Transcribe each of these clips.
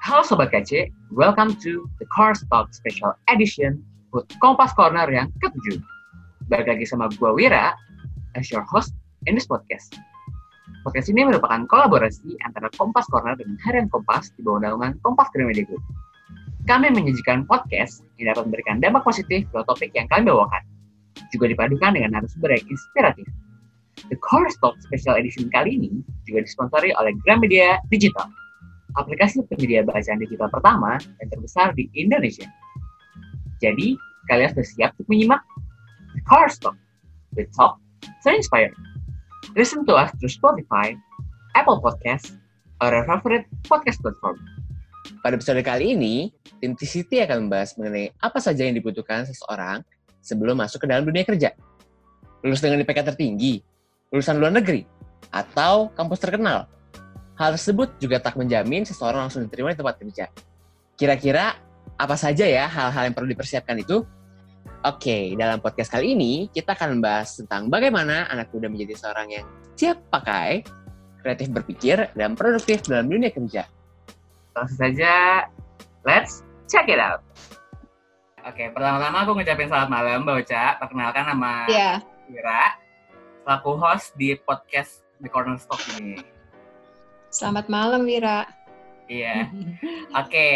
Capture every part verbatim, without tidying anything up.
Halo Sobat K C, welcome to the Cars Talk Special Edition buat Kompas Corner yang ketujuh. Balik lagi sama gue Wira, as your host in this podcast. Podcast ini merupakan kolaborasi antara Kompas Corner dengan Harian Kompas di bawah naungan Kompas Gramedia Group. Kami menyajikan podcast yang dapat memberikan dampak positif ke topik yang kami bawakan. Juga dipadukan dengan narasumber yang inspiratif. The Cars Talk Special Edition kali ini juga disponsori oleh Gramedia Digital, aplikasi penyedia bacaan digital pertama dan terbesar di Indonesia. Jadi, kalian sudah siap untuk menyimak The Cars Talk with Talk so Inspired. Listen to us through Spotify, Apple Podcasts, or your favorite podcast platform. Pada episode kali ini, tim T C T akan membahas mengenai apa saja yang dibutuhkan seseorang sebelum masuk ke dalam dunia kerja. Lulus dengan I P K tertinggi, lulusan luar negeri, atau kampus terkenal. Hal tersebut juga tak menjamin seseorang langsung diterima di tempat kerja. Kira-kira apa saja ya hal-hal yang perlu dipersiapkan itu? Oke, dalam podcast kali ini kita akan membahas tentang bagaimana anak muda menjadi seorang yang siap pakai, kreatif berpikir, dan produktif dalam dunia kerja. Langsung saja, let's check it out. Oke, pertama-tama aku ngucapin selamat malam, Mbak Ocha. Perkenalkan nama yeah. Wira, selaku host di podcast The Corner Stock ini. Selamat malam, Wira. Iya. Oke. Okay.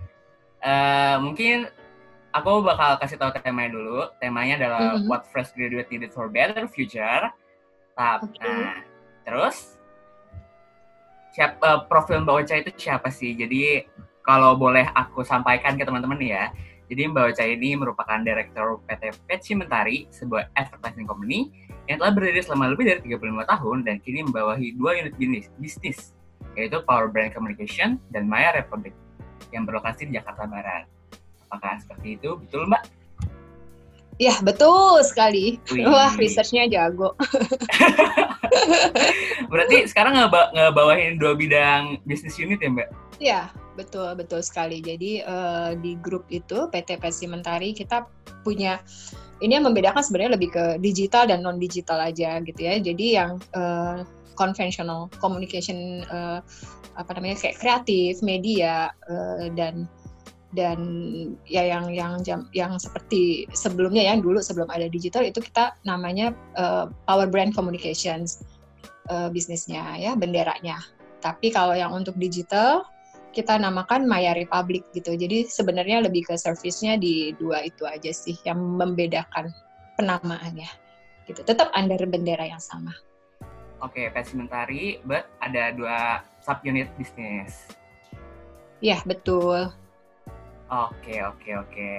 Uh, mungkin aku bakal kasih tahu temanya dulu. Temanya adalah mm-hmm. What Fresh Graduate Needed for Better Future. Nah, okay. Terus siapa profil Mbak Ocha itu siapa sih? Jadi kalau boleh aku sampaikan ke teman-teman ya. Jadi Mbak Ocha ini merupakan Direktur P T Petsy Mentari, sebuah advertising company yang telah berdiri selama lebih dari tiga puluh lima tahun dan kini membawahi dua unit bisnis, bisnis yaitu Power Brand Communication dan Maya Republic yang berlokasi di Jakarta Barat. Apakah seperti itu? Betul, Mbak? Ya, betul sekali. Wih. Wah, research-nya jago. Berarti sekarang ngeba- ngebawahin dua bidang bisnis unit ya, Mbak? Ya, betul, betul sekali. Jadi uh, di grup itu, P T Petsy Mentari, kita punya, ini yang membedakan sebenarnya lebih ke digital dan non-digital aja gitu ya. Jadi yang uh, conventional communication, uh, apa namanya, kayak kreatif, media, uh, dan dan ya yang yang jam, yang seperti sebelumnya ya, dulu sebelum ada digital itu kita namanya uh, Power Brand Communications uh, bisnisnya ya, benderanya. Tapi kalau yang untuk digital kita namakan Maya Republic gitu. Jadi sebenarnya lebih ke service-nya di dua itu aja sih yang membedakan penamaannya. Gitu. Tetap under bendera yang sama. Oke, Petsy Mentari, but ada dua subunit bisnis. Iya, betul. Oke, oke, oke.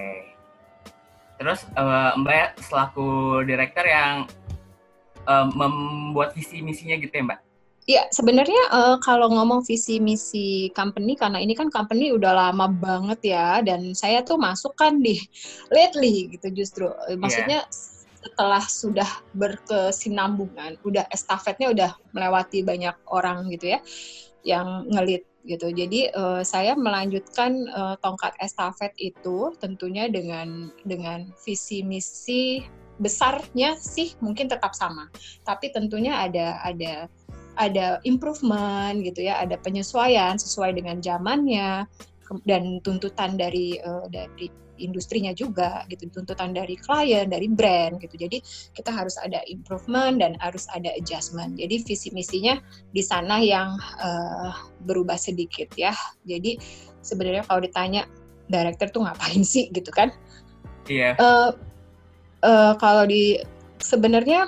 Terus uh, Mbak selaku direktur yang uh, membuat visi misinya gitu ya, Mbak? Iya, sebenarnya uh, kalau ngomong visi misi company, karena ini kan company udah lama banget ya, dan saya tuh masuk kan di lately gitu justru. Maksudnya yeah. Setelah sudah berkesinambungan, udah estafetnya udah melewati banyak orang gitu ya, yang ngelit gitu. Jadi uh, saya melanjutkan uh, tongkat estafet itu tentunya dengan dengan visi misi besarnya sih mungkin tetap sama, tapi tentunya ada ada ada improvement gitu ya, ada penyesuaian sesuai dengan zamannya dan tuntutan dari uh, dari industrinya juga gitu, tuntutan dari klien, dari brand gitu. Jadi kita harus ada improvement dan harus ada adjustment. Jadi visi misinya di sana yang uh, berubah sedikit ya. Jadi sebenarnya kalau ditanya director tuh ngapain sih gitu kan? Iya. Yeah. Uh, uh, kalau di sebenarnya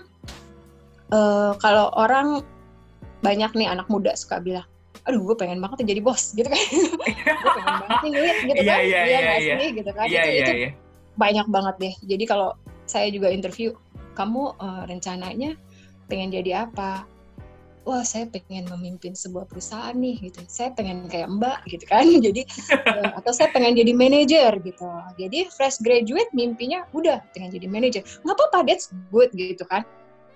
uh, kalau orang banyak nih anak muda suka bilang, aduh gue pengen banget jadi bos gitu kan, gue pengen banget nih duit gitu kan, iya iya nggak iya, sih gitu kan, iya, itu, iya, itu iya. banyak banget deh. Jadi kalau saya juga interview, kamu uh, rencananya pengen jadi apa? Wah, saya pengen memimpin sebuah perusahaan nih gitu, saya pengen kayak Mbak gitu kan, jadi uh, atau saya pengen jadi manajer gitu. Jadi fresh graduate mimpinya udah pengen jadi manajer, nggak apa-apa, that's good gitu kan.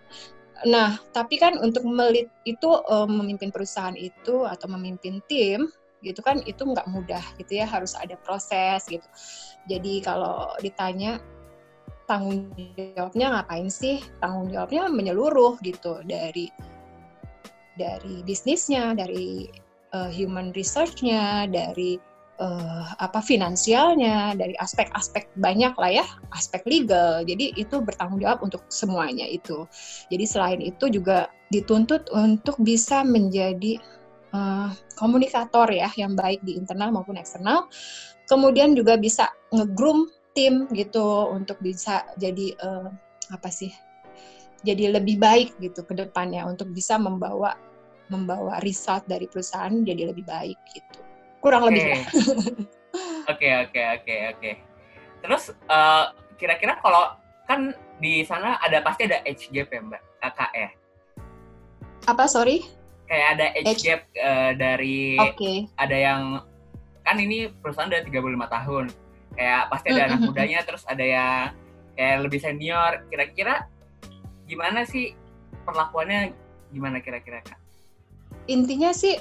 Nah, tapi kan untuk melit itu um, memimpin perusahaan itu atau memimpin tim gitu kan itu nggak mudah gitu ya, harus ada proses gitu. Jadi kalau ditanya tanggung jawabnya ngapain sih? Tanggung jawabnya menyeluruh gitu, dari dari bisnisnya, dari uh, human research-nya, dari uh, apa finansialnya, dari aspek-aspek banyak lah ya, aspek legal. Jadi itu bertanggung jawab untuk semuanya itu. Jadi selain itu juga dituntut untuk bisa menjadi uh, komunikator ya yang baik di internal maupun eksternal. Kemudian juga bisa nge-groom tim gitu untuk bisa jadi uh, apa sih? Jadi lebih baik gitu ke depannya untuk bisa membawa membawa result dari perusahaan jadi lebih baik gitu. Kurang okay. lebih ya. Oke, oke, oke, oke. Terus uh, kira-kira kalau kan di sana ada pasti ada age gap ya Mbak, kakak ya? Apa, sorry? Kayak ada age, age. gap uh, dari okay. ada yang kan ini perusahaan udah tiga puluh lima tahun. Kayak pasti ada mm-hmm. anak mudanya, terus ada yang kayak lebih senior. Kira-kira gimana sih perlakuannya, gimana kira-kira Kak? Intinya sih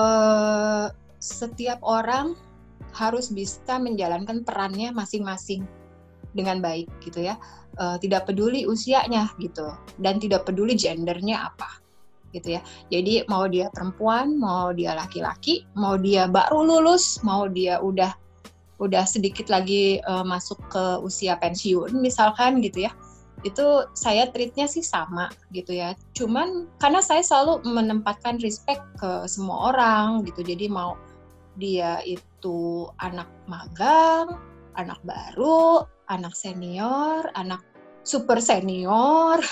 uh, setiap orang harus bisa menjalankan perannya masing-masing dengan baik gitu ya. Uh, tidak peduli usianya gitu dan tidak peduli gendernya apa gitu ya. Jadi mau dia perempuan, mau dia laki-laki, mau dia baru lulus, mau dia udah udah sedikit lagi uh, masuk ke usia pensiun misalkan gitu ya. Itu saya treatnya sih sama gitu ya. Cuman karena saya selalu menempatkan respect ke semua orang gitu. Jadi mau dia itu anak magang, anak baru, anak senior, anak super senior,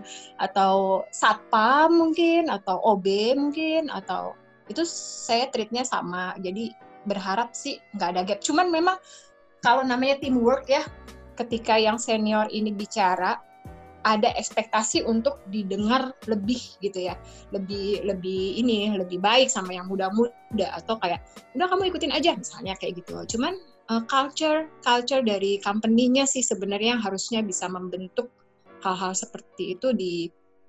atau satpam mungkin, atau O B mungkin, atau itu saya treatnya sama. Jadi berharap sih nggak ada gap. Cuman memang kalau namanya teamwork ya, ketika yang senior ini bicara, ada ekspektasi untuk didengar lebih gitu ya, lebih lebih ini lebih baik sama yang muda-muda, atau kayak udah kamu ikutin aja misalnya kayak gitu. Cuman uh, culture culture dari company-nya sih sebenarnya harusnya bisa membentuk hal-hal seperti itu di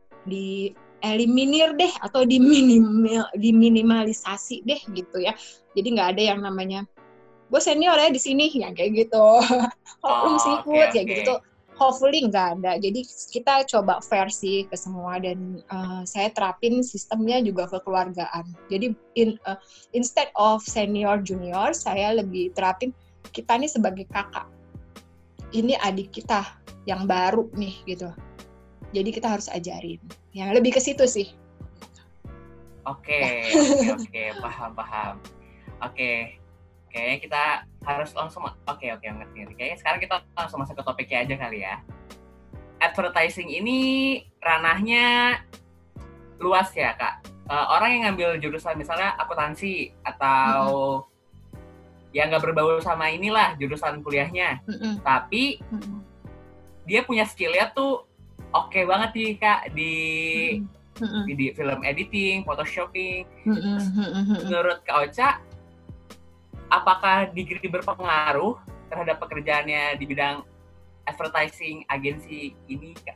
di eliminir deh atau diminimal diminimalisasi deh gitu ya. Jadi nggak ada yang namanya gue senior ya di sini yang kayak gitu. Kalau oh, lu mesti ikut okay, kayak okay. gitu tuh hopefully nggak ada. Jadi kita coba fair sih ke semua dan uh, saya terapin sistemnya juga kekeluargaan. Jadi in, uh, instead of senior junior, saya lebih terapin kita nih sebagai kakak. Ini adik kita yang baru nih gitu. Jadi kita harus ajarin. Yang lebih ke situ sih. Oke, oke, oke, paham, paham. Oke. Kayaknya kita harus langsung, oke okay, oke okay, ngerti. Kayaknya sekarang kita langsung masuk ke topiknya aja kali ya. Advertising ini ranahnya luas ya Kak. Uh, orang yang ngambil jurusan misalnya akuntansi atau mm-hmm. ya nggak berbau sama inilah jurusan kuliahnya, mm-hmm. tapi mm-hmm. dia punya skillnya tuh oke okay banget nih Kak di, mm-hmm. di di film editing, photoshopping. Mm-hmm. Menurut Kak Ocha, apakah degree berpengaruh terhadap pekerjaannya di bidang advertising agensi ini, Kak?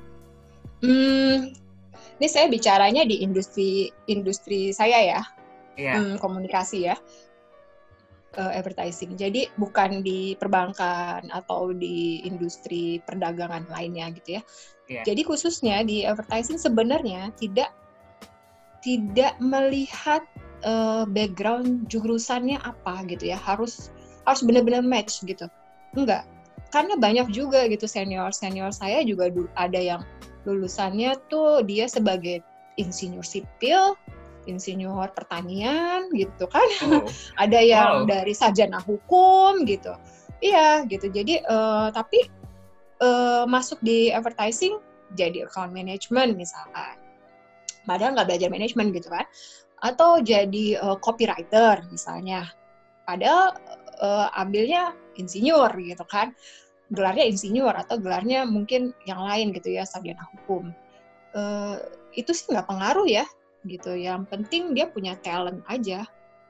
Hmm, ini saya bicaranya di industri industri saya ya, yeah. hmm, komunikasi ya, uh, advertising. Jadi bukan di perbankan atau di industri perdagangan lainnya gitu ya. Yeah. Jadi khususnya di advertising sebenarnya tidak tidak melihat Uh, background jurusannya apa gitu ya, harus harus benar-benar match gitu. Enggak, karena banyak juga gitu senior-senior saya juga ada yang lulusannya tuh dia sebagai insinyur sipil, insinyur pertanian gitu kan. Oh. Ada yang wow. dari sarjana hukum gitu. Iya gitu. Jadi uh, tapi uh, masuk di advertising jadi account management misalkan. Padahal nggak belajar manajemen gitu kan. Atau jadi uh, copywriter misalnya, padahal uh, ambilnya insinyur gitu kan, gelarnya insinyur atau gelarnya mungkin yang lain gitu ya, sarjana hukum. Uh, itu sih nggak pengaruh ya gitu, yang penting dia punya talent aja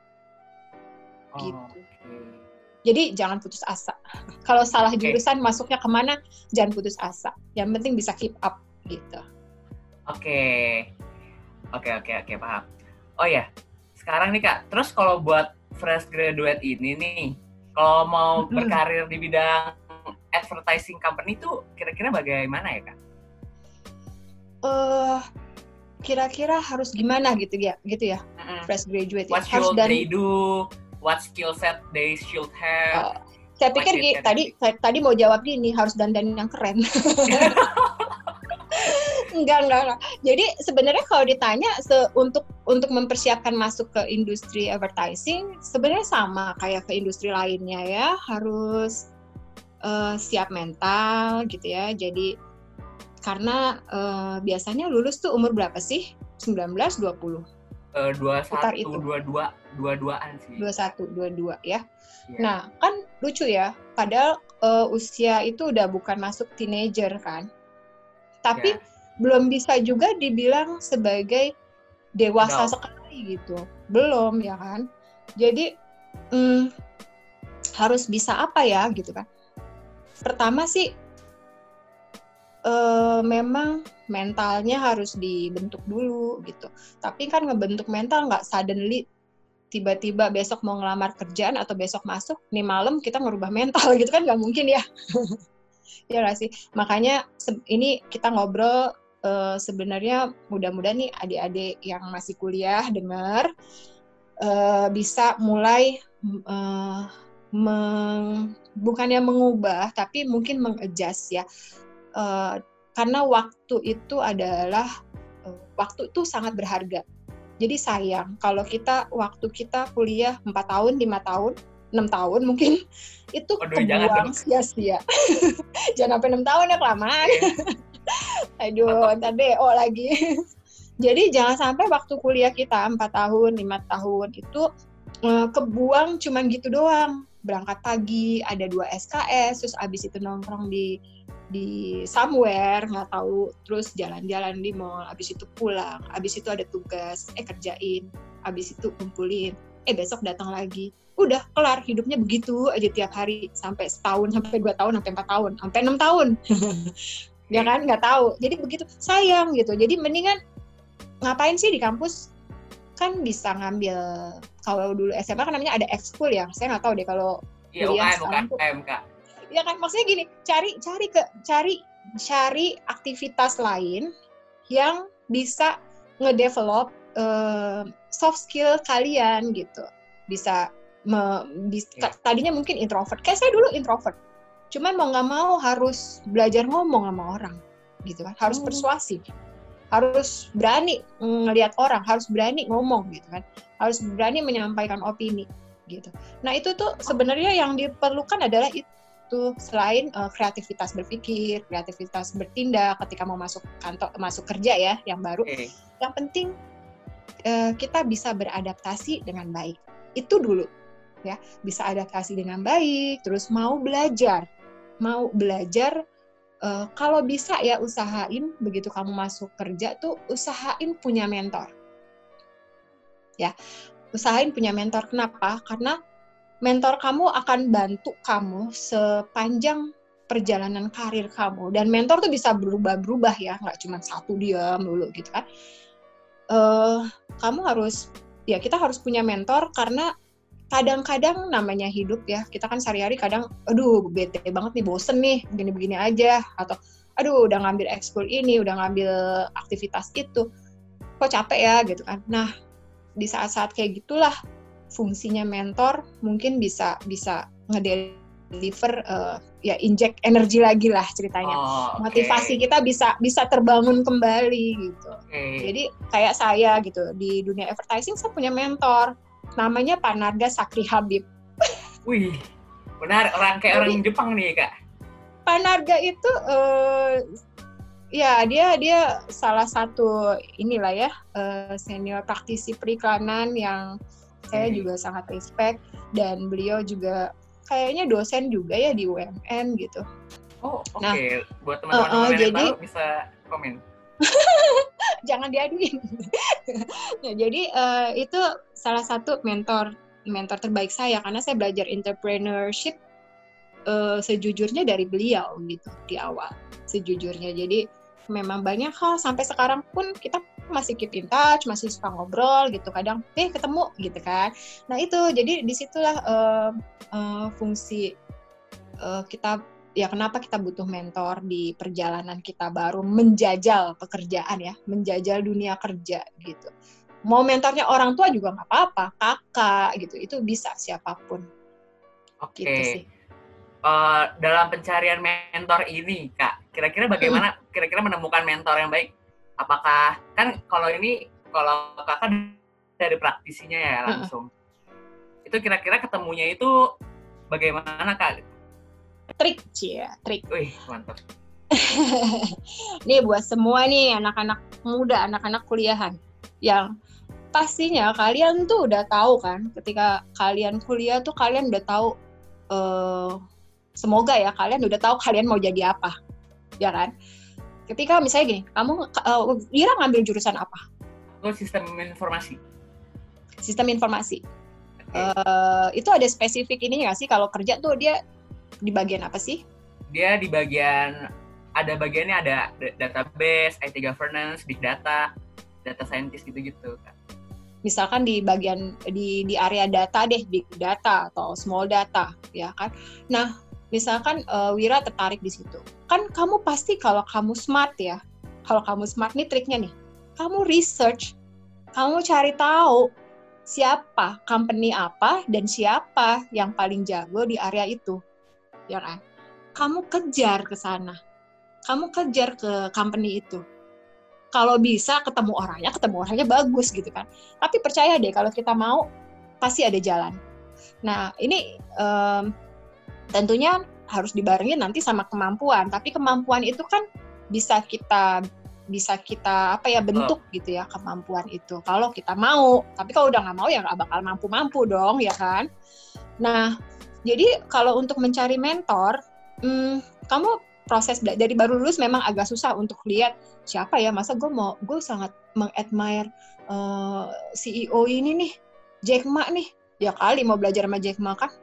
gitu. Oh, okay. Jadi jangan putus asa. Kalau salah okay. jurusan masuknya kemana, jangan putus asa. Yang penting bisa keep up gitu. Oke, okay. oke okay, oke okay, oke okay, paham. Oh ya, sekarang nih Kak, terus kalau buat fresh graduate ini nih, kalau mau mm-hmm. berkarir di bidang advertising company itu kira-kira bagaimana ya Kak? Uh, kira-kira harus gimana gitu ya, gitu ya, mm-hmm. fresh graduate. What harus should dari, they do? what skill set they should have. Uh, saya pikir like gini, tadi saya, tadi mau jawab gini, harus dandan yang keren. enggak, enggak, enggak. Jadi sebenarnya kalau ditanya se- untuk untuk mempersiapkan masuk ke industri advertising, sebenarnya sama kayak ke industri lainnya ya, harus uh, siap mental gitu ya. Jadi karena uh, biasanya lulus tuh umur berapa sih? sembilan belas, dua puluh. Uh, dua puluh Sekitar satu, itu. dua puluh dua, dua puluh duaan sih. dua puluh satu, dua puluh dua ya. Yeah. Nah, kan lucu ya. Padahal uh, usia itu udah bukan masuk teenager kan. Tapi yeah. belum bisa juga dibilang sebagai dewasa no. sekali gitu. Belum ya kan. Jadi hmm, harus bisa apa ya gitu kan. Pertama sih Uh, memang mentalnya harus dibentuk dulu gitu. Tapi kan ngebentuk mental nggak suddenly tiba-tiba besok mau ngelamar kerjaan atau besok masuk nih malam kita ngerubah mental gitu kan nggak mungkin ya. Ya nggak sih. Makanya se- ini kita ngobrol uh, sebenarnya mudah-mudahan nih adik-adik yang masih kuliah dengar uh, bisa mulai uh, meng, bukannya mengubah tapi mungkin mengadjust ya. Uh, karena waktu itu adalah uh, waktu itu sangat berharga. Jadi sayang kalau kita waktu kita kuliah empat tahun, lima tahun, enam tahun mungkin itu Aduh, kebuang sia-sia. Jangan sampai enam tahun ya kelamaan. Aduh, ntar D O lagi. Jadi jangan sampai waktu kuliah kita empat tahun, lima tahun itu uh, kebuang cuman gitu doang. Berangkat pagi, ada dua S K S, terus abis itu nongkrong di di somewhere, nggak tahu, terus jalan-jalan di mall, abis itu pulang, abis itu ada tugas, eh kerjain, abis itu kumpulin, eh besok datang lagi, udah kelar hidupnya begitu aja tiap hari, sampai setahun, sampai dua tahun, sampai empat tahun, sampai enam tahun, ya kan, nggak tahu, jadi begitu, sayang gitu, jadi mendingan ngapain sih di kampus, kan bisa ngambil, kalau dulu S M A kan namanya ada ekskul ya, saya nggak tahu deh kalau iya, kuliah U K M, sekarang tuh, U K M, Kak. Ya kan maksudnya gini, cari cari ke cari cari aktivitas lain yang bisa ngedevelop uh, soft skill kalian gitu. Bisa, me, bis, yeah. Tadinya mungkin introvert. Kayak saya dulu introvert. Cuman mau nggak mau harus belajar ngomong sama orang gitu kan. Harus hmm. persuasif. Harus berani ngelihat orang, harus berani ngomong gitu kan. Harus berani menyampaikan opini gitu. Nah, itu tuh sebenarnya yang diperlukan adalah itu tuh selain uh, kreativitas berpikir, kreativitas bertindak ketika mau masuk kantor, masuk kerja ya yang baru. Okay. Yang penting uh, kita bisa beradaptasi dengan baik. Itu dulu ya, bisa adaptasi dengan baik, terus mau belajar. Mau belajar uh, kalau bisa ya usahain begitu kamu masuk kerja tuh usahain punya mentor. Ya. Usahain punya mentor. Kenapa? Karena mentor kamu akan bantu kamu sepanjang perjalanan karir kamu. Dan mentor tuh bisa berubah-berubah ya, nggak cuma satu diam dulu gitu kan. Uh, kamu harus, ya kita harus punya mentor karena kadang-kadang namanya hidup ya, kita kan sehari-hari kadang, aduh bete banget nih, bosen nih, begini-begini aja. Atau, aduh udah ngambil ekskul ini, udah ngambil aktivitas itu, kok capek ya gitu kan. Nah, di saat-saat kayak gitulah, fungsinya mentor mungkin bisa bisa ngedeliver uh, ya inject energi lagi lah ceritanya. Oh, okay. Motivasi kita bisa bisa terbangun kembali gitu. Okay. Jadi kayak saya gitu di dunia advertising saya punya mentor namanya Panarga Sakri Habib. Wih, benar orang kayak orang Jepang nih Kak. Panarga itu uh, ya dia dia salah satu inilah ya uh, senior praktisi periklanan yang saya juga sangat respect dan beliau juga kayaknya dosen juga ya di U M N gitu. Oh oke, Nah, okay. Buat teman-teman uh, uh, yang jadi, baru bisa komen. Jangan diaduin. Nah, jadi uh, itu salah satu mentor mentor terbaik saya karena saya belajar entrepreneurship uh, sejujurnya dari beliau gitu di awal sejujurnya. Jadi memang banyak hal sampai sekarang pun kita masih keep in touch, masih suka ngobrol gitu, kadang eh ketemu gitu kan. Nah itu jadi disitulah uh, uh, fungsi uh, kita ya kenapa kita butuh mentor di perjalanan kita baru menjajal pekerjaan ya, menjajal dunia kerja gitu. Mau mentornya orang tua juga nggak apa-apa, kakak gitu, itu bisa siapapun. Oke. Gitu sih. Uh, dalam pencarian mentor ini, Kak, kira-kira bagaimana hmm. kira-kira menemukan mentor yang baik? Apakah, kan kalau ini, kalau kakak dari praktisinya ya langsung, hmm. itu kira-kira ketemunya itu bagaimana, Kak? Trik, ya, trik. Wih, mantap. Nih buat semua nih anak-anak muda, anak-anak kuliahan yang pastinya kalian tuh udah tahu kan, ketika kalian kuliah tuh kalian udah tahu, uh, semoga ya kalian udah tahu kalian mau jadi apa, ya kan? Ketika misalnya gini, kamu uh, Wira ngambil jurusan apa? Oh, sistem informasi. Sistem informasi. Okay. Uh, itu ada spesifik ini nggak sih, kalau kerja tuh dia di bagian apa sih? Dia di bagian, ada bagiannya ada database, I T governance, big data, data scientist gitu-gitu. Misalkan di bagian di di area data deh, big data atau small data, ya kan? Nah, misalkan uh, Wira tertarik di situ. Kan kamu pasti kalau kamu smart ya, kalau kamu smart nih triknya nih, kamu research, kamu cari tahu siapa, company apa, dan siapa yang paling jago di area itu, ya kan? Kamu kejar ke sana, kamu kejar ke company itu. Kalau bisa ketemu orangnya, ketemu orangnya bagus gitu kan. Tapi percaya deh, kalau kita mau, pasti ada jalan. Nah, ini um, tentunya harus dibarengin nanti sama kemampuan. Tapi kemampuan itu kan bisa kita bisa kita apa ya bentuk oh. gitu ya, kemampuan itu. Kalau kita mau. Tapi kalau udah nggak mau ya nggak bakal mampu-mampu dong, ya kan. Nah, jadi kalau untuk mencari mentor, hmm, kamu proses dari baru lulus memang agak susah untuk lihat siapa ya, masa gue mau gue sangat mengadmire uh, C E O ini nih, Jack Ma nih, ya kali mau belajar sama Jack Ma kan.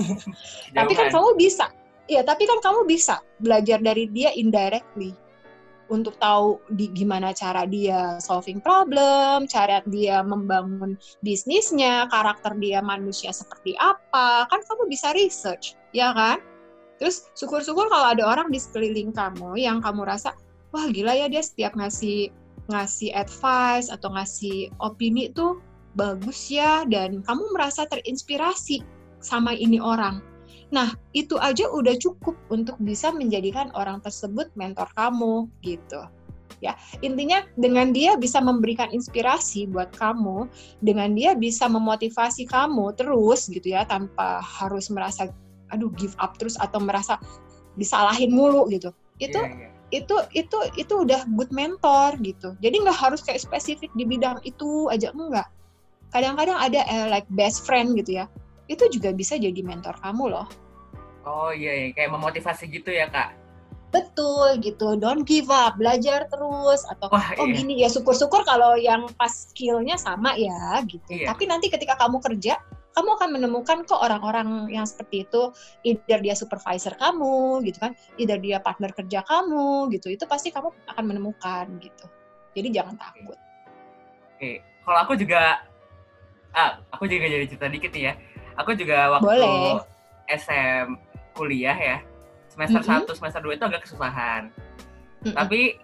Tapi kan kamu bisa, ya tapi kan kamu bisa belajar dari dia indirectly untuk tahu di gimana cara dia solving problem, cara dia membangun bisnisnya, karakter dia manusia seperti apa, kan kamu bisa research, ya kan? Terus syukur-syukur kalau ada orang di sekeliling kamu yang kamu rasa, wah gila ya dia setiap ngasih ngasih advice atau ngasih opini tuh bagus ya, dan kamu merasa terinspirasi sama ini orang. Nah, itu aja udah cukup untuk bisa menjadikan orang tersebut mentor kamu gitu. Ya, intinya dengan dia bisa memberikan inspirasi buat kamu, dengan dia bisa memotivasi kamu terus gitu ya, tanpa harus merasa aduh give up terus atau merasa disalahin mulu gitu. Itu yeah, yeah. itu itu itu udah good mentor gitu. Jadi nggak harus kayak spesifik di bidang itu aja, enggak. Kadang-kadang ada eh, like best friend gitu ya. Itu juga bisa jadi mentor kamu loh. Oh iya, iya. Kayak memotivasi gitu ya, Kak. Betul gitu. Don't give up, belajar terus atau Wah, oh iya. gini ya, syukur-syukur kalau yang pas skillnya sama ya gitu. Iya. Tapi nanti ketika kamu kerja, kamu akan menemukan kok orang-orang yang seperti itu, either dia supervisor kamu gitu kan, either dia partner kerja kamu gitu, itu pasti kamu akan menemukan gitu. Jadi jangan takut. Oke, kalau aku juga, ah, aku juga jadi cerita dikit nih ya. Aku juga waktu Boleh. S M kuliah ya, semester mm-hmm. satu, semester dua itu agak kesusahan. Mm-hmm. Tapi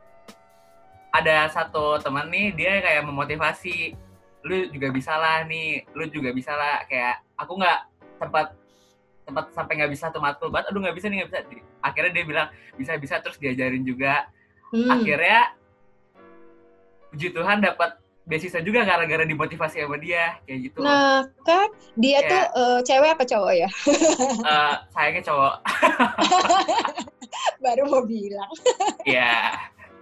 ada satu teman nih, dia kayak memotivasi, lu juga bisa lah nih, lu juga bisa lah, kayak aku nggak sempat sempat sampai nggak bisa tuh matkul banget, aduh nggak bisa nih nggak bisa. Akhirnya dia bilang bisa bisa, terus diajarin juga. Hmm. Akhirnya puji Tuhan dapat beasiswa juga gara-gara dimotivasi sama dia kayak gitu. Nah kan dia kayak, tuh uh, cewek apa cowok ya? uh, sayangnya cowok. Baru mau bilang. Ya.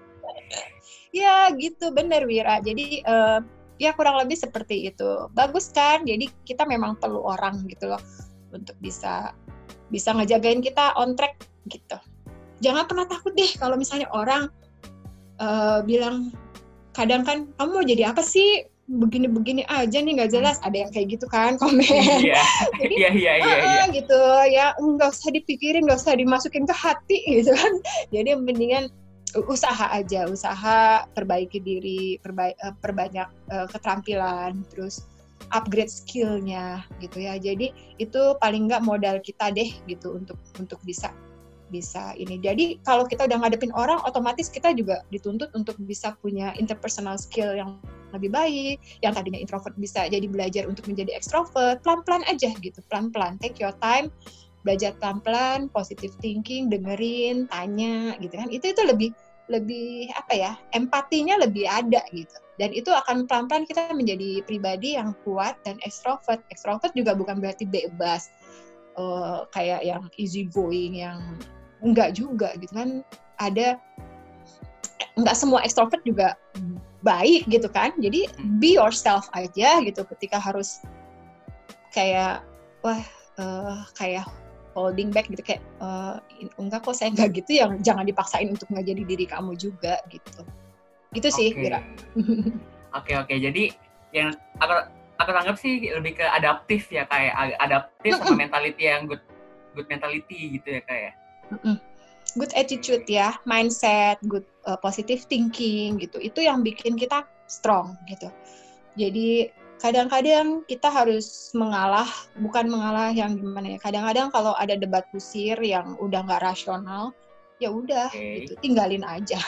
Ya gitu, bener Wira. Jadi uh, ya kurang lebih seperti itu. Bagus kan? Jadi kita memang perlu orang gitu loh untuk bisa bisa ngejagain kita on track gitu. Jangan pernah takut deh kalau misalnya orang uh, bilang, kadang kan kamu mau jadi apa sih? Begini-begini aja nih nggak jelas. Ada yang kayak gitu kan komen. Iya, iya, iya, iya. Gitu ya, nggak usah dipikirin, nggak usah dimasukin ke hati gitu kan. Jadi mendingan usaha aja, usaha perbaiki diri, perba- perbanyak uh, keterampilan, terus upgrade skill-nya gitu ya. Jadi itu paling nggak modal kita deh gitu untuk untuk bisa bisa ini. Jadi kalau kita udah ngadepin orang, otomatis kita juga dituntut untuk bisa punya interpersonal skill yang lebih baik, yang tadinya introvert bisa jadi belajar untuk menjadi extrovert, pelan-pelan aja gitu, pelan-pelan, take your time, belajar pelan-pelan, positive thinking, dengerin, tanya gitu kan, itu itu lebih lebih apa ya, empatinya lebih ada gitu, dan itu akan pelan-pelan kita menjadi pribadi yang kuat dan extrovert. Extrovert juga bukan berarti bebas, uh, kayak yang easy going, yang enggak juga gitu kan, ada enggak semua extrovert juga baik gitu kan, jadi be yourself aja gitu, ketika harus kayak wah uh, kayak holding back gitu, kayak uh, enggak kok saya enggak gitu, yang jangan dipaksain untuk nggak jadi diri kamu juga gitu. Gitu sih, Oke. Wira. Oke oke, jadi yang aku aku anggap sih lebih ke adaptif ya, kayak adaptif sama mentality yang good good mentality gitu ya kayak. Good attitude ya, mindset, good uh, positive thinking gitu. Itu yang bikin kita strong gitu. Jadi kadang-kadang kita harus mengalah, bukan mengalah yang gimana ya. Kadang-kadang kalau ada debat kusir yang udah nggak rasional, ya udah Okay. gitu, tinggalin aja.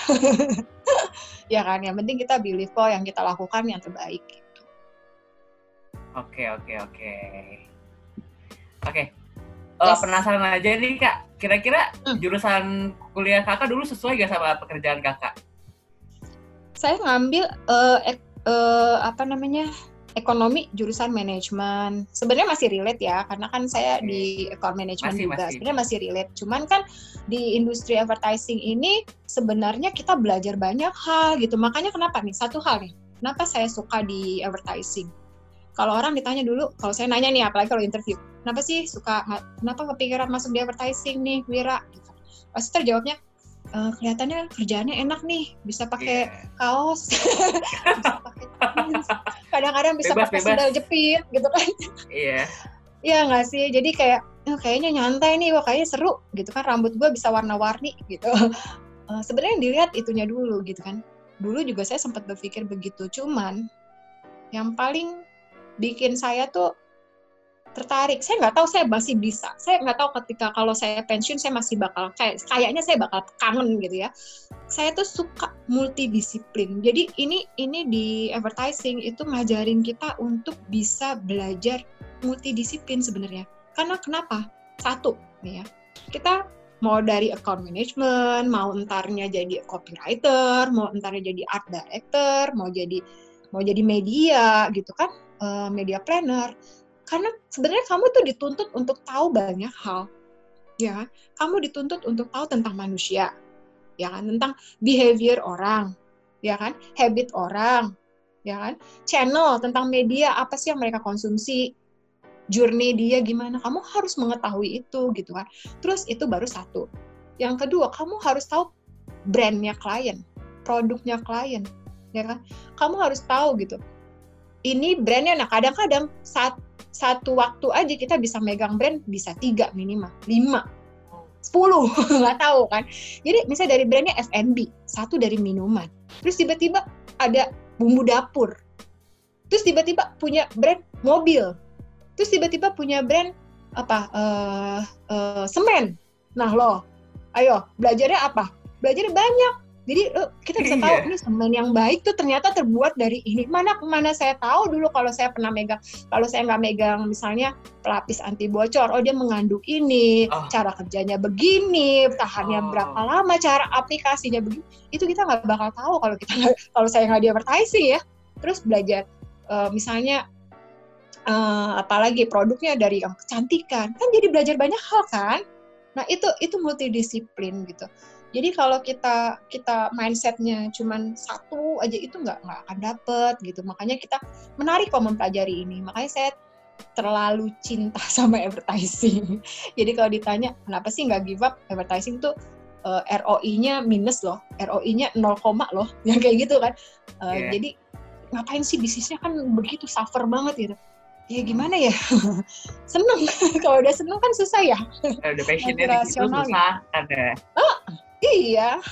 Ya kan, yang penting kita believe kok yang kita lakukan yang terbaik gitu. Oke oke oke. Oke. Uh, Yes. Penasaran aja nih Kak, kira-kira Hmm. jurusan kuliah Kakak dulu sesuai gak sama pekerjaan Kakak? Saya ngambil uh, ek, uh, apa namanya ekonomi jurusan manajemen. Sebenarnya masih relate ya, karena kan saya Okay. di account management Masih, juga. masih. Sebenarnya masih relate. Cuman kan di industri advertising ini sebenarnya kita belajar banyak hal gitu. Makanya kenapa nih? Satu hal nih. Kenapa saya suka di advertising? Kalau orang ditanya dulu, kalau saya nanya nih, apalagi kalau interview, kenapa sih suka, kenapa kepikiran masuk di advertising nih, Wira? Gitu. Pasti terjawabnya, e, kelihatannya kerjaannya enak nih, bisa pakai Yeah. kaos, bisa pakai jeans, kadang-kadang bisa Bebas, pakai bebas. sandal jepit, gitu kan? Iya. Iya nggak sih? Jadi kayak, oh, kayaknya nyantai nih, wah kayaknya seru, gitu kan? Rambut gue bisa warna-warni, gitu. Uh, sebenarnya yang dilihat itunya dulu, gitu kan? Dulu juga saya sempat berpikir begitu, cuman yang paling bikin saya tuh tertarik. Saya nggak tahu saya masih bisa. Saya nggak tahu ketika kalau saya pensiun saya masih bakal kayak kayaknya saya bakal kangen gitu ya. Saya tuh suka multidisiplin. Jadi ini ini di advertising itu ngajarin kita untuk bisa belajar multidisiplin sebenarnya. Karena kenapa? Satu nih ya. Kita mau dari account management, mau entarnya jadi copywriter, mau entarnya jadi art director, mau jadi mau jadi media gitu kan. Uh, media planner, karena sebenarnya kamu tuh dituntut untuk tahu banyak hal, ya. Kamu dituntut untuk tahu tentang manusia, ya kan, tentang behavior orang, ya kan, habit orang, ya kan, channel tentang media apa sih yang mereka konsumsi, journey dia gimana, kamu harus mengetahui itu gitu kan. Terus itu baru satu. Yang kedua, kamu harus tahu brandnya klien, produknya klien, ya kan. Kamu harus tahu gitu. Ini brandnya, nah kadang-kadang saat satu waktu aja kita bisa megang brand bisa tiga minimal, lima, sepuluh, nggak tahu kan. Jadi misalnya dari brandnya F and B, satu dari minuman, terus tiba-tiba ada bumbu dapur, terus tiba-tiba punya brand mobil, terus tiba-tiba punya brand apa uh, uh, semen. Nah loh, ayo belajarnya apa? Belajarnya banyak. Jadi kita bisa tahu nih semen yang baik tuh ternyata terbuat dari ini. Mana mana saya tahu dulu kalau saya pernah megang, kalau saya nggak megang misalnya pelapis anti bocor, oh dia mengandung ini, oh. cara kerjanya begini, tahannya oh. berapa lama, cara aplikasinya begini. Itu kita nggak bakal tahu kalau kita kalau saya nggak di advertising ya. Terus belajar uh, misalnya uh, apalagi produknya dari yang kecantikan, kan jadi belajar banyak hal kan. Nah itu itu multidisiplin gitu. Jadi kalau kita kita mindsetnya cuman satu aja itu nggak nggak akan dapet gitu. Makanya kita menarik kok mempelajari ini. Makanya saya terlalu cinta sama advertising. Jadi kalau ditanya kenapa sih nggak give up, advertising tuh uh, R O I-nya minus loh, R O I-nya nol, loh, yang kayak gitu kan. Uh, yeah. Jadi ngapain sih bisnisnya kan begitu suffer banget gitu. Ya gimana ya, seneng. Kalau udah seneng kan susah ya. Eh, udah passionnya di situ susah ada. Oh, iya.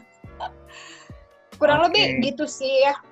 Kurang okay. lebih gitu sih ya.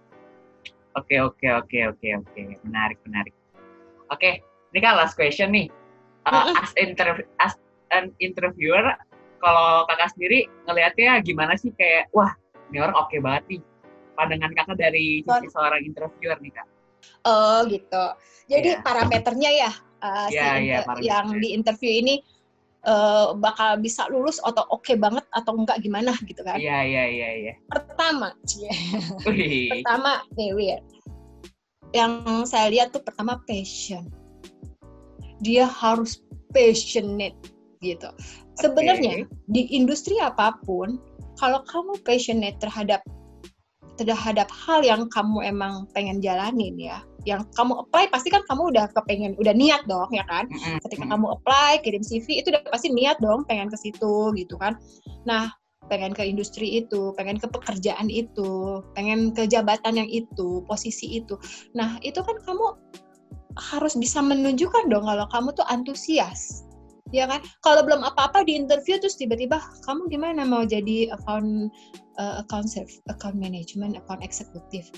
Oke, oke, oke, oke, oke. Menarik, menarik. Oke, ini kan last question nih. Uh, as, interv- as an interviewer, kalau kakak sendiri ngelihatnya gimana sih kayak, wah, ini orang oke okay banget nih. pandangan kakak dari sisi seorang interviewer nih kak. Oh gitu. Jadi yeah. parameternya ya uh, yeah, si yeah, inter- yang di interview ini uh, bakal bisa lulus atau oke okay banget atau enggak gimana gitu kan? Iya iya iya. iya. Pertama, pertama nih Wir, yang saya lihat tuh pertama passion. Dia harus passionate gitu. Sebenarnya okay. di industri apapun, kalau kamu passionate terhadap terhadap hal yang kamu emang pengen jalanin ya, yang kamu apply pasti kan kamu udah kepengen, udah niat dong ya kan. Mm-hmm. Ketika kamu apply, kirim C V itu udah pasti niat dong pengen ke situ gitu kan. Nah, pengen ke industri itu, pengen ke pekerjaan itu, pengen ke jabatan yang itu, posisi itu. Nah, itu kan kamu harus bisa menunjukkan dong kalau kamu tuh antusias. Ya kan, kalau belum apa-apa di interview terus tiba-tiba kamu gimana mau jadi account uh, account serve, account management, account eksekutif?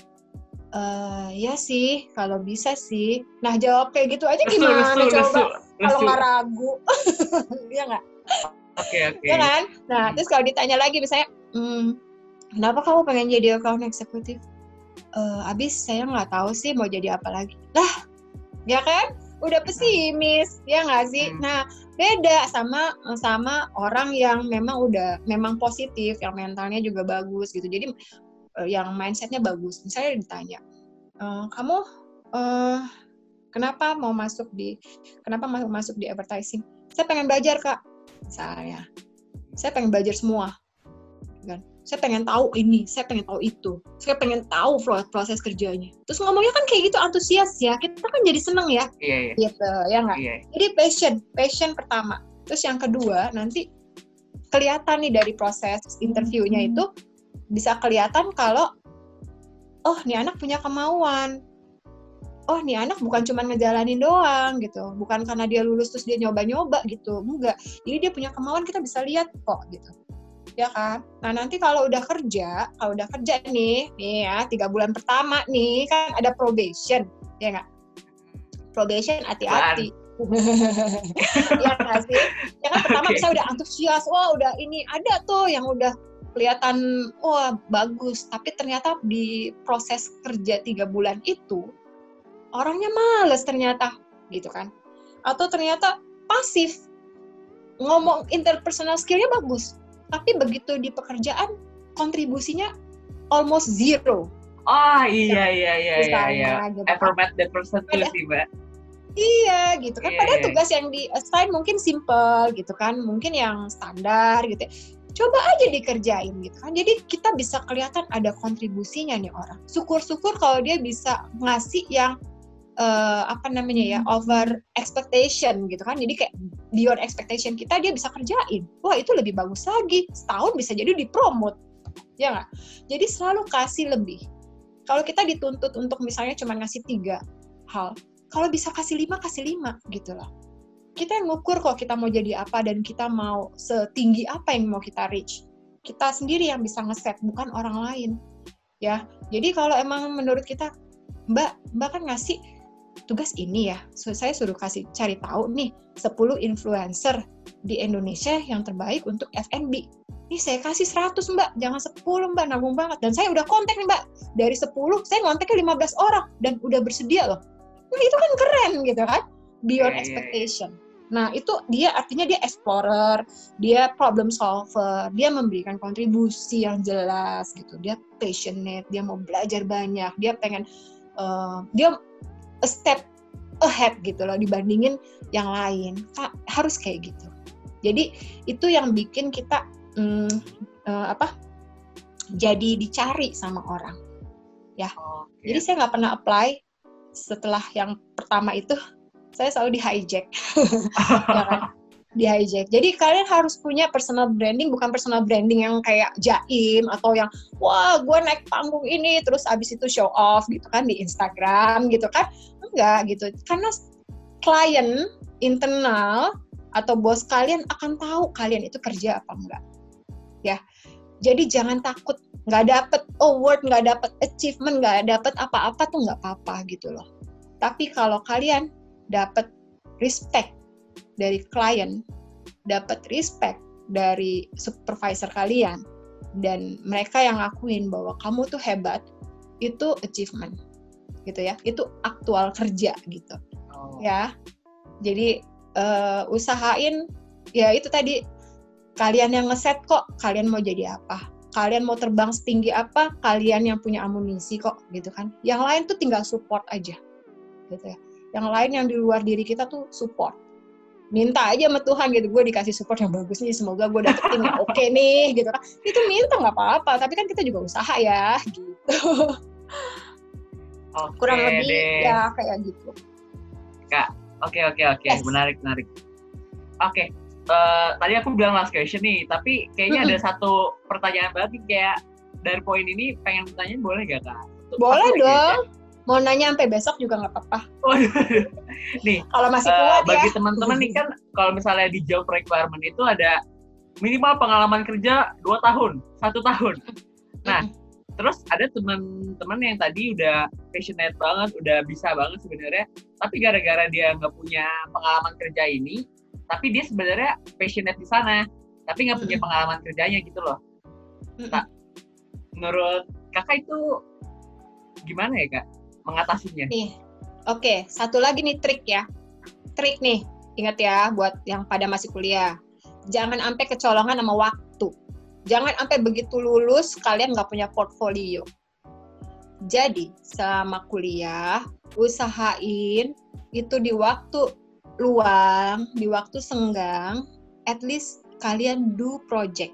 Uh, ya sih, kalau bisa sih. Nah jawab kayak gitu aja gimana lesu, coba? Lesu, kalau nggak ragu, ya nggak? Oke okay, oke. Okay. Ya kan? Nah terus kalau ditanya lagi misalnya, hmm, kenapa kamu pengen jadi account eksekutif? Uh, abis saya nggak tahu sih mau jadi apa lagi. Lah, ya kan? Udah pesimis, ya nggak sih? Nah, beda sama sama orang yang memang udah memang positif, yang mentalnya juga bagus gitu. Jadi yang mindsetnya bagus. Misalnya ditanya, e, kamu uh, kenapa mau masuk di kenapa mau masuk di advertising? Saya pengen belajar kak, misalnya. Saya pengen belajar semua, kan? Saya pengen tahu ini, saya pengen tahu itu, saya pengen tahu proses kerjanya. Terus ngomongnya kan kayak gitu antusias ya, kita kan jadi seneng ya, iya, iya. gitu ya nggak? Iya. Jadi passion, passion pertama. Terus yang kedua nanti kelihatan nih dari proses interviewnya hmm. itu bisa kelihatan kalau oh nih anak punya kemauan, oh nih anak bukan cuma ngejalanin doang gitu, bukan karena dia lulus terus dia nyoba-nyoba gitu, enggak. Jadi dia punya kemauan kita bisa lihat kok gitu. Ya kan? Nah nanti kalau udah kerja, kalau udah kerja nih, nih ya tiga bulan pertama nih kan ada probation, ya nggak? Probation hati-hati. Ya nggak sih? Ya kan pertama okay. Misalnya udah antusias, wah udah ini ada tuh yang udah kelihatan wah bagus, tapi ternyata di proses kerja tiga bulan itu orangnya males ternyata, gitu kan? Atau ternyata pasif, ngomong interpersonal skill-nya bagus. Tapi begitu di pekerjaan kontribusinya almost zero. Oh iya iya iya iya. iya. Gitu. Ever met that person too sih mbak. Iya gitu kan. Yeah. Padahal tugas yang di assign mungkin simple gitu kan, mungkin yang standar gitu. Coba aja dikerjain gitu kan. Jadi kita bisa kelihatan ada kontribusinya nih orang. Syukur-syukur kalau dia bisa ngasih yang Uh, apa namanya ya, over expectation gitu kan, jadi kayak beyond expectation kita dia bisa kerjain, wah itu lebih bagus lagi, setahun bisa jadi dipromot, ya nggak? Jadi selalu kasih lebih. Kalau kita dituntut untuk misalnya cuma ngasih tiga hal, kalau bisa kasih lima, kasih lima gitu loh. Kita yang ngukur kok kita mau jadi apa dan kita mau setinggi apa yang mau kita reach. Kita sendiri yang bisa ngeset, bukan orang lain. Ya, jadi kalau emang menurut kita, Mbak, Mbak kan ngasih tugas ini ya, so, saya suruh kasih cari tahu nih sepuluh influencer di Indonesia yang terbaik untuk F and B. Nih saya kasih seratus mbak, jangan sepuluh mbak, nanggung banget. Dan saya udah kontak nih mbak, dari sepuluh saya ngontaknya lima belas orang dan udah bersedia loh. Nah itu kan keren gitu kan, beyond yeah, expectation. Yeah, yeah. Nah itu dia artinya dia explorer, dia problem solver, dia memberikan kontribusi yang jelas gitu, dia passionate, dia mau belajar banyak, dia pengen uh, dia a step ahead gitu loh dibandingin yang lain. Kak, harus kayak gitu. Jadi itu yang bikin kita hmm, uh, apa? Jadi dicari sama orang. Ya. Oh, okay. Jadi saya nggak pernah apply setelah yang pertama itu, saya selalu di hijack. Ya kan? Di hijack. Jadi kalian harus punya personal branding, bukan personal branding yang kayak jaim atau yang wah gue naik panggung ini terus abis itu show off gitu kan di Instagram gitu kan, enggak gitu. Karena klien internal atau bos kalian akan tahu kalian itu kerja apa enggak, ya. Jadi jangan takut nggak dapet award, nggak dapet achievement, nggak dapet apa-apa tuh nggak apa-apa gitu loh. Tapi kalau kalian dapet respect dari klien, dapat respect dari supervisor kalian, dan mereka yang ngakuin bahwa kamu tuh hebat, itu achievement gitu ya, itu aktual kerja gitu. Oh. Ya, jadi uh, usahain ya itu tadi, kalian yang ngeset kok, kalian mau jadi apa, kalian mau terbang setinggi apa, kalian yang punya amunisi kok gitu kan. Yang lain tuh tinggal support aja gitu ya. Yang lain yang di luar diri kita tuh support. Minta aja sama Tuhan gitu, gue dikasih support yang bagus nih, semoga gue dapetin yang oke okay nih gitu kan. Itu minta nggak apa-apa, tapi kan kita juga usaha ya gitu. Okay, kurang lebih deh. Ya kayak gitu. Kak, oke okay, oke okay, oke, okay. yes. menarik menarik. Oke, okay. uh, tadi aku bilang last question nih, tapi kayaknya mm-hmm. ada satu pertanyaan berarti kayak dari poin ini pengen bertanya, boleh gak Kak? Boleh dong. Aja. Mau nanya sampai besok juga nggak apa-apa. Nih, kalau masih kuat uh, bagi ya. teman-teman nih kan, kalau misalnya di job requirement itu ada minimal pengalaman kerja dua tahun, satu tahun. Nah, mm-hmm. terus ada teman-teman yang tadi udah passionate banget, udah bisa banget sebenarnya, tapi gara-gara dia nggak punya pengalaman kerja ini, tapi dia sebenarnya passionate di sana, tapi nggak punya mm-hmm. pengalaman kerjanya gitu loh. Mm-hmm. Nah, menurut kakak itu gimana ya Kak mengatasinya? Nih, oke, okay. satu lagi nih trik ya. Trik nih, ingat ya buat yang pada masih kuliah. Jangan sampai kecolongan sama waktu. Jangan sampai begitu lulus kalian nggak punya portfolio. Jadi selama kuliah, usahain itu di waktu luang, di waktu senggang, at least kalian do project.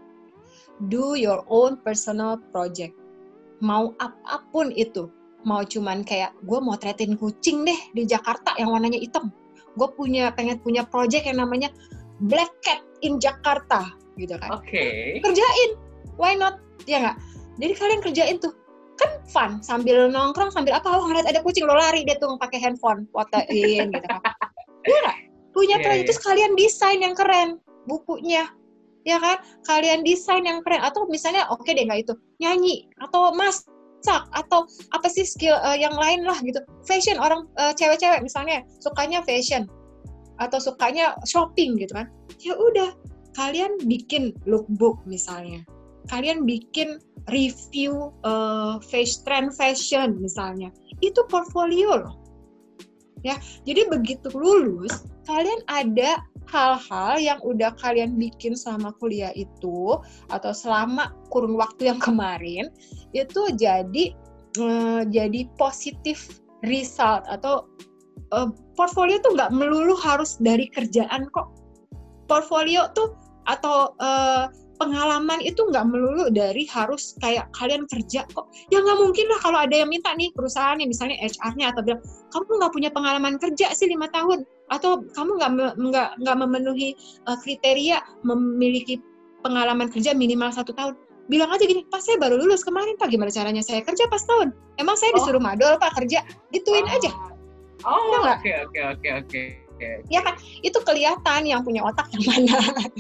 Do your own personal project. Mau apapun itu. Mau cuman kayak, gue mau motretin kucing deh di Jakarta yang warnanya hitam. Gue punya pengen punya project yang namanya Black Cat in Jakarta, gitu kan. Oke. Okay. Kerjain, why not? Ya nggak? Jadi kalian kerjain tuh, kan fun. Sambil nongkrong, sambil apa, oh ngeliat ada kucing, lo lari deh tuh pakai handphone, fotoin, gitu kan. Iya nggak? Punya yeah, project, yeah. Terus kalian desain yang keren, bukunya. Ya kan? Kalian desain yang keren. Atau misalnya, oke okay deh nggak itu, nyanyi, atau mas, atau apa sih skill uh, yang lain lah gitu. Fashion, orang uh, cewek-cewek misalnya sukanya fashion atau sukanya shopping gitu kan. Ya udah, kalian bikin lookbook misalnya. Kalian bikin review uh, fashion, trend fashion misalnya. Itu portfolio loh. Ya, jadi begitu lulus, kalian ada hal-hal yang udah kalian bikin selama kuliah itu atau selama kurun waktu yang kemarin itu jadi uh, jadi positif result atau uh, portfolio tuh nggak melulu harus dari kerjaan kok. Portfolio tuh atau uh, pengalaman itu nggak melulu dari harus kayak kalian kerja kok. Ya nggak mungkin lah kalau ada yang minta nih perusahaannya misalnya H R-nya atau bilang kamu nggak punya pengalaman kerja sih lima tahun atau kamu nggak nggak nggak memenuhi uh, kriteria memiliki pengalaman kerja minimal satu tahun. Bilang aja gini, Pak saya baru lulus kemarin Pak, gimana caranya saya kerja pas tahun? Emang saya disuruh oh. madol Pak kerja? Gituin oh. aja. Oh oke oke oke oke. Ya kan, itu kelihatan yang punya otak yang mana.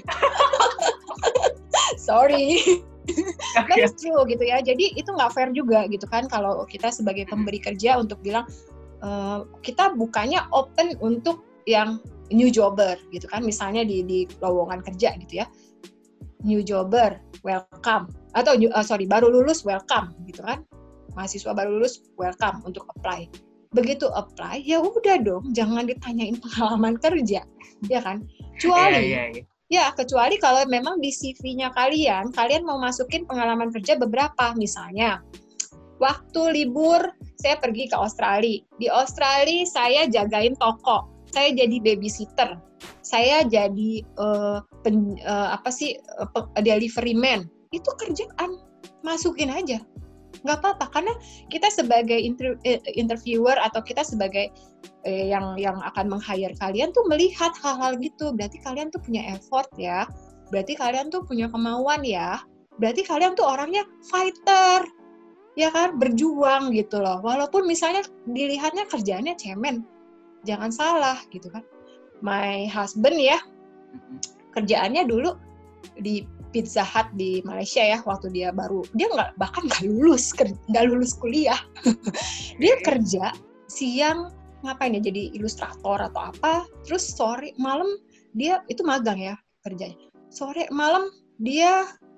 Sorry. That is true gitu ya. Jadi itu nggak fair juga gitu kan kalau kita sebagai pemberi kerja untuk bilang uh, kita bukannya open untuk yang new jobber gitu kan. Misalnya di di lowongan kerja gitu ya. New jobber, welcome. Atau uh, sorry, baru lulus welcome gitu kan. Mahasiswa baru lulus welcome untuk apply. Begitu apply, ya udah dong, jangan ditanyain pengalaman kerja, ya kan? Kecuali, yeah, yeah, yeah. ya kecuali kalau memang di C V-nya kalian, kalian mau masukin pengalaman kerja beberapa, misalnya, waktu libur saya pergi ke Australia, di Australia saya jagain toko, saya jadi babysitter, saya jadi uh, pen, uh, apa sih uh, delivery man, itu kerjaan, masukin aja. Nggak apa-apa, karena kita sebagai inter, interviewer atau kita sebagai eh, yang yang akan meng-hire kalian tuh melihat hal-hal gitu, berarti kalian tuh punya effort ya, berarti kalian tuh punya kemauan ya, berarti kalian tuh orangnya fighter, ya kan, berjuang gitu loh, walaupun misalnya dilihatnya kerjaannya cemen, jangan salah gitu kan. My husband ya, kerjaannya dulu di Pizza Hut di Malaysia ya, waktu dia baru, dia nggak bahkan nggak lulus nggak lulus kuliah, dia kerja siang ngapain ya, jadi ilustrator atau apa, terus sore malam dia itu magang ya kerjanya, sore malam dia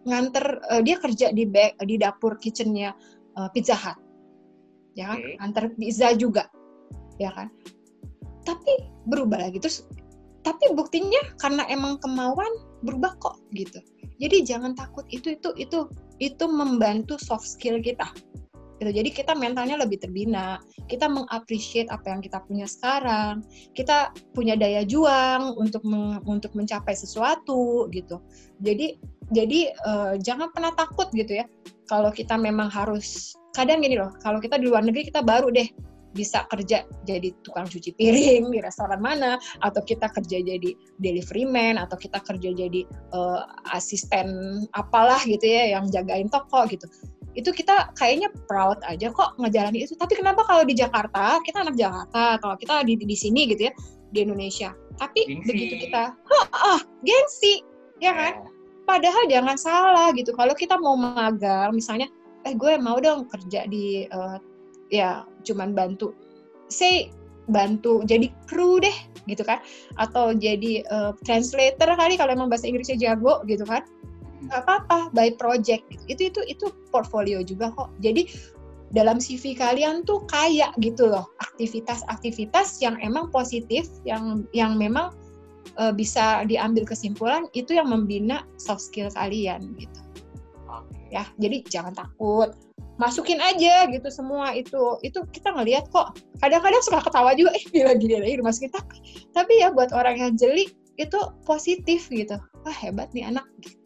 nganter, uh, dia kerja di back, di dapur kitchennya uh, Pizza Hut, ya kan, Okay. antar pizza juga, ya kan. Tapi berubah lagi terus. Tapi buktinya karena emang kemauan berubah kok gitu. Jadi jangan takut, itu itu itu itu membantu soft skill kita. Gitu. Jadi kita mentalnya lebih terbina, kita mengappreciate apa yang kita punya sekarang, kita punya daya juang untuk meng, untuk mencapai sesuatu gitu. Jadi jadi uh, jangan pernah takut gitu ya. Kalau kita memang harus, kadang gini loh, kalau kita di luar negeri kita baru deh bisa kerja jadi tukang cuci piring di restoran mana, atau kita kerja jadi delivery man, atau kita kerja jadi uh, asisten apalah gitu ya yang jagain toko gitu. Itu kita kayaknya proud aja kok ngejalanin itu. Tapi kenapa kalau di Jakarta, kita anak Jakarta, kalau kita di di sini gitu ya, di Indonesia. Tapi Gengsi. begitu kita, ah, gengsi, ya kan? Padahal jangan salah gitu. Kalau kita mau magang, misalnya, eh gue mau dong kerja di, uh, ya cuman bantu, say bantu jadi kru deh, gitu kan? Atau jadi uh, translator kali kalau emang bahasa Inggrisnya jago, gitu kan? Nggak apa-apa, by project itu itu itu portfolio juga kok. Jadi dalam C V kalian tuh kayak gitu loh, aktivitas-aktivitas yang emang positif, yang yang memang uh, bisa diambil kesimpulan itu yang membina soft skill kalian gitu. Okay. Ya, jadi jangan takut, masukin aja gitu semua itu. Itu kita ngelihat kok. Kadang-kadang suka ketawa juga, eh gila-gila lagi dimasukin. Tapi tapi ya buat orang yang jeli itu positif gitu. Wah hebat nih anak gitu.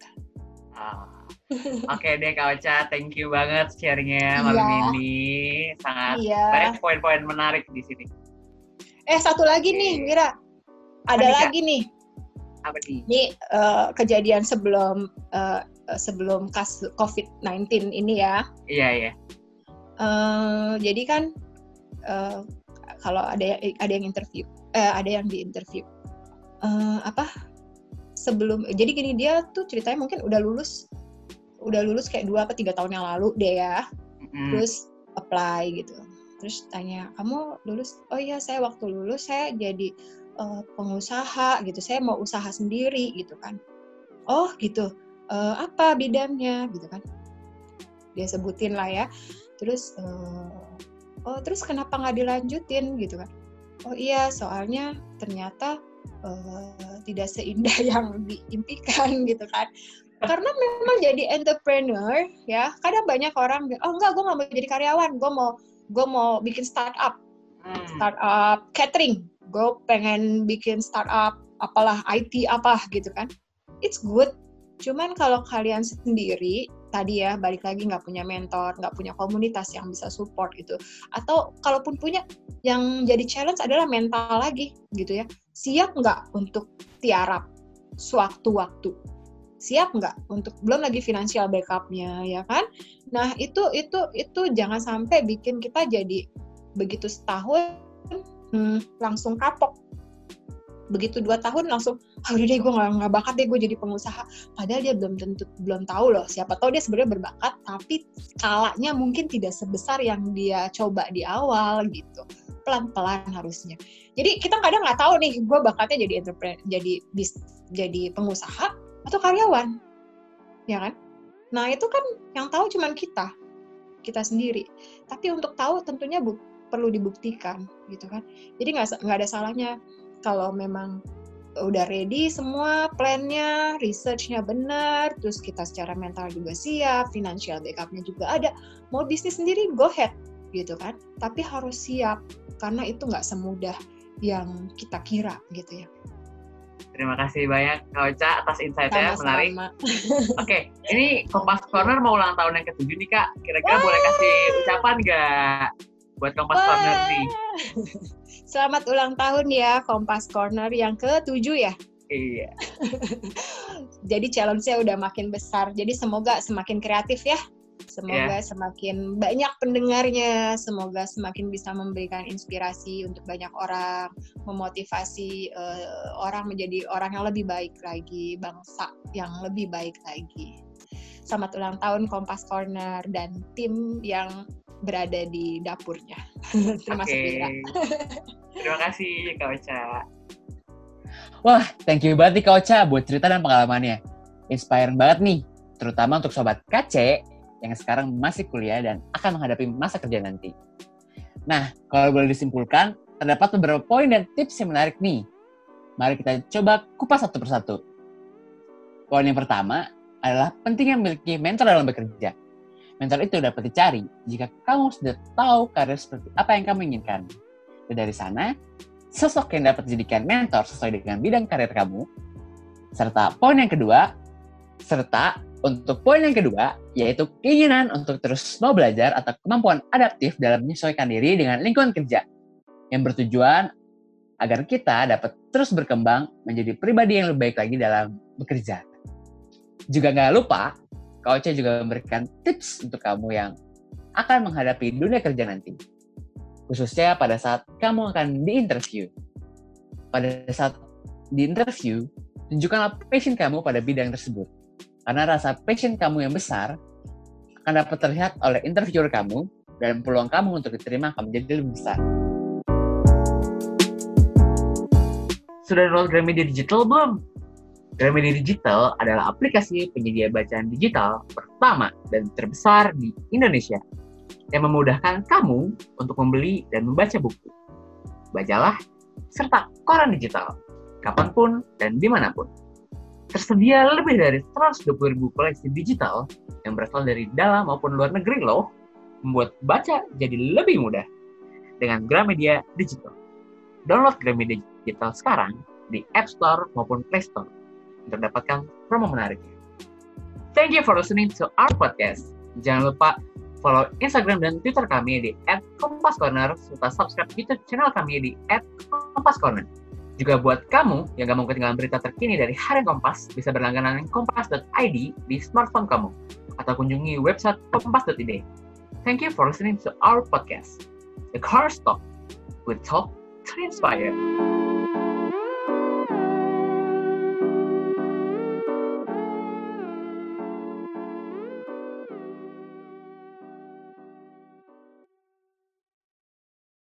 Oke okay deh Kak Ocha, thank you banget share-nya malam iya. ini. Sangat iya. banyak poin-poin menarik di sini. Eh satu lagi okay. nih Wira, ada Apa lagi nih. Apa nih? Ini uh, kejadian sebelum uh, sebelum kasus covid sembilan belas ini ya. Iya iya. Uh, jadi kan uh, kalau ada ada yang interview, eh, ada yang diinterview uh, apa? Sebelum, jadi gini, dia tuh ceritanya mungkin udah lulus, udah lulus kayak dua atau tiga tahun yang lalu deh ya, mm. terus apply gitu, terus tanya, kamu lulus? Oh iya, saya waktu lulus saya jadi uh, pengusaha gitu, saya mau usaha sendiri gitu kan. Oh gitu, uh, apa bidangnya gitu kan? Dia sebutin lah ya, terus, uh, oh terus kenapa nggak dilanjutin gitu kan? Oh iya, soalnya ternyata Uh, tidak seindah yang diimpikan gitu kan. Karena memang jadi entrepreneur ya, kadang banyak orang oh enggak, gue nggak mau jadi karyawan, gue mau gue mau bikin startup, hmm. startup catering, gue pengen bikin startup apalah I T apa gitu kan. It's good. Cuman kalau kalian sendiri tadi ya, balik lagi nggak punya mentor, nggak punya komunitas yang bisa support gitu, atau kalaupun punya, yang jadi challenge adalah mental lagi gitu ya. Siap nggak untuk tiarap sewaktu-waktu? Siap nggak untuk, belum lagi financial backup-nya ya kan? Nah itu itu itu jangan sampai bikin kita jadi begitu setahun hmm, langsung kapok. Begitu dua tahun langsung, ah udah deh gue nggak nggak bakat deh gue jadi pengusaha. Padahal dia belum tentu belum tahu loh, siapa tahu dia sebenarnya berbakat, tapi skalanya mungkin tidak sebesar yang dia coba di awal gitu. Pelan-pelan harusnya. Jadi kita kadang nggak tahu nih, gue bakatnya jadi entrepreneur, jadi bis, jadi pengusaha atau karyawan, ya kan? Nah itu kan yang tahu cuman kita, kita sendiri. Tapi untuk tahu tentunya bu, perlu dibuktikan, gitu kan? Jadi nggak nggak ada salahnya. Kalau memang udah ready semua plan-nya, research-nya benar, terus kita secara mental juga siap, financial backup-nya juga ada, mau bisnis sendiri, go ahead, gitu kan. Tapi harus siap, karena itu nggak semudah yang kita kira, gitu ya. Terima kasih banyak Kak Ocha atas insight-nya, menarik. Oke, okay, ini Kompas Corner mau ulang tahun yang ketujuh nih Kak, kira-kira Wah. boleh kasih ucapan nggak buat Kompas Wah. Corner nih? Selamat ulang tahun ya Kompas Corner yang ketujuh ya. Iya. Jadi challenge-nya udah makin besar. Jadi semoga semakin kreatif ya. Semoga yeah. semakin banyak pendengarnya. Semoga semakin bisa memberikan inspirasi untuk banyak orang, memotivasi uh, orang menjadi orang yang lebih baik lagi, bangsa yang lebih baik lagi. Selamat ulang tahun Kompas Corner dan tim yang berada di dapurnya. Terima kasih. Terima kasih Kak Ocha. Wah, thank you banget nih Kak Ocha buat cerita dan pengalamannya. Inspiring banget nih. terutama untuk Sobat K C yang sekarang masih kuliah dan akan menghadapi masa kerja nanti. Nah, kalau boleh disimpulkan, terdapat beberapa poin dan tips yang menarik nih. Mari kita coba kupas satu persatu. Poin yang pertama adalah pentingnya memiliki mentor dalam bekerja. Mentor itu dapat dicari jika kamu sudah tahu karir seperti apa yang kamu inginkan. Dan dari sana, sosok yang dapat dijadikan mentor sesuai dengan bidang karir kamu. Serta poin yang kedua, serta untuk poin yang kedua, yaitu keinginan untuk terus mau belajar atau kemampuan adaptif dalam menyesuaikan diri dengan lingkungan kerja. Yang bertujuan agar kita dapat terus berkembang menjadi pribadi yang lebih baik lagi dalam bekerja. Juga nggak lupa, K O C juga memberikan tips untuk kamu yang akan menghadapi dunia kerja nanti. Khususnya pada saat kamu akan di-interview. Pada saat di-interview, tunjukkanlah passion kamu pada bidang tersebut. Karena rasa passion kamu yang besar akan dapat terlihat oleh interviewer kamu dan peluang kamu untuk diterima akan menjadi lebih besar. Sudah download Gramedia Digital belum? Gramedia Digital adalah aplikasi penyedia bacaan digital pertama dan terbesar di Indonesia yang memudahkan kamu untuk membeli dan membaca buku, majalah, serta koran digital, kapanpun dan dimanapun. Tersedia lebih dari seratus dua puluh ribu koleksi digital yang berasal dari dalam maupun luar negeri loh, membuat baca jadi lebih mudah dengan Gramedia Digital. Download Gramedia Digital sekarang di App Store maupun Play Store untuk dapatkan promo menarik. Thank you for listening to our podcast. Jangan lupa follow Instagram dan Twitter kami di at kompas corner serta subscribe YouTube channel kami di at kompas corner. Juga buat kamu yang gak mau ketinggalan berita terkini dari Harian Kompas, bisa berlangganan kompas dot i d di smartphone kamu atau kunjungi website kompas dot i d. Thank you for listening to our podcast, The Cars Talk. We talk to inspire.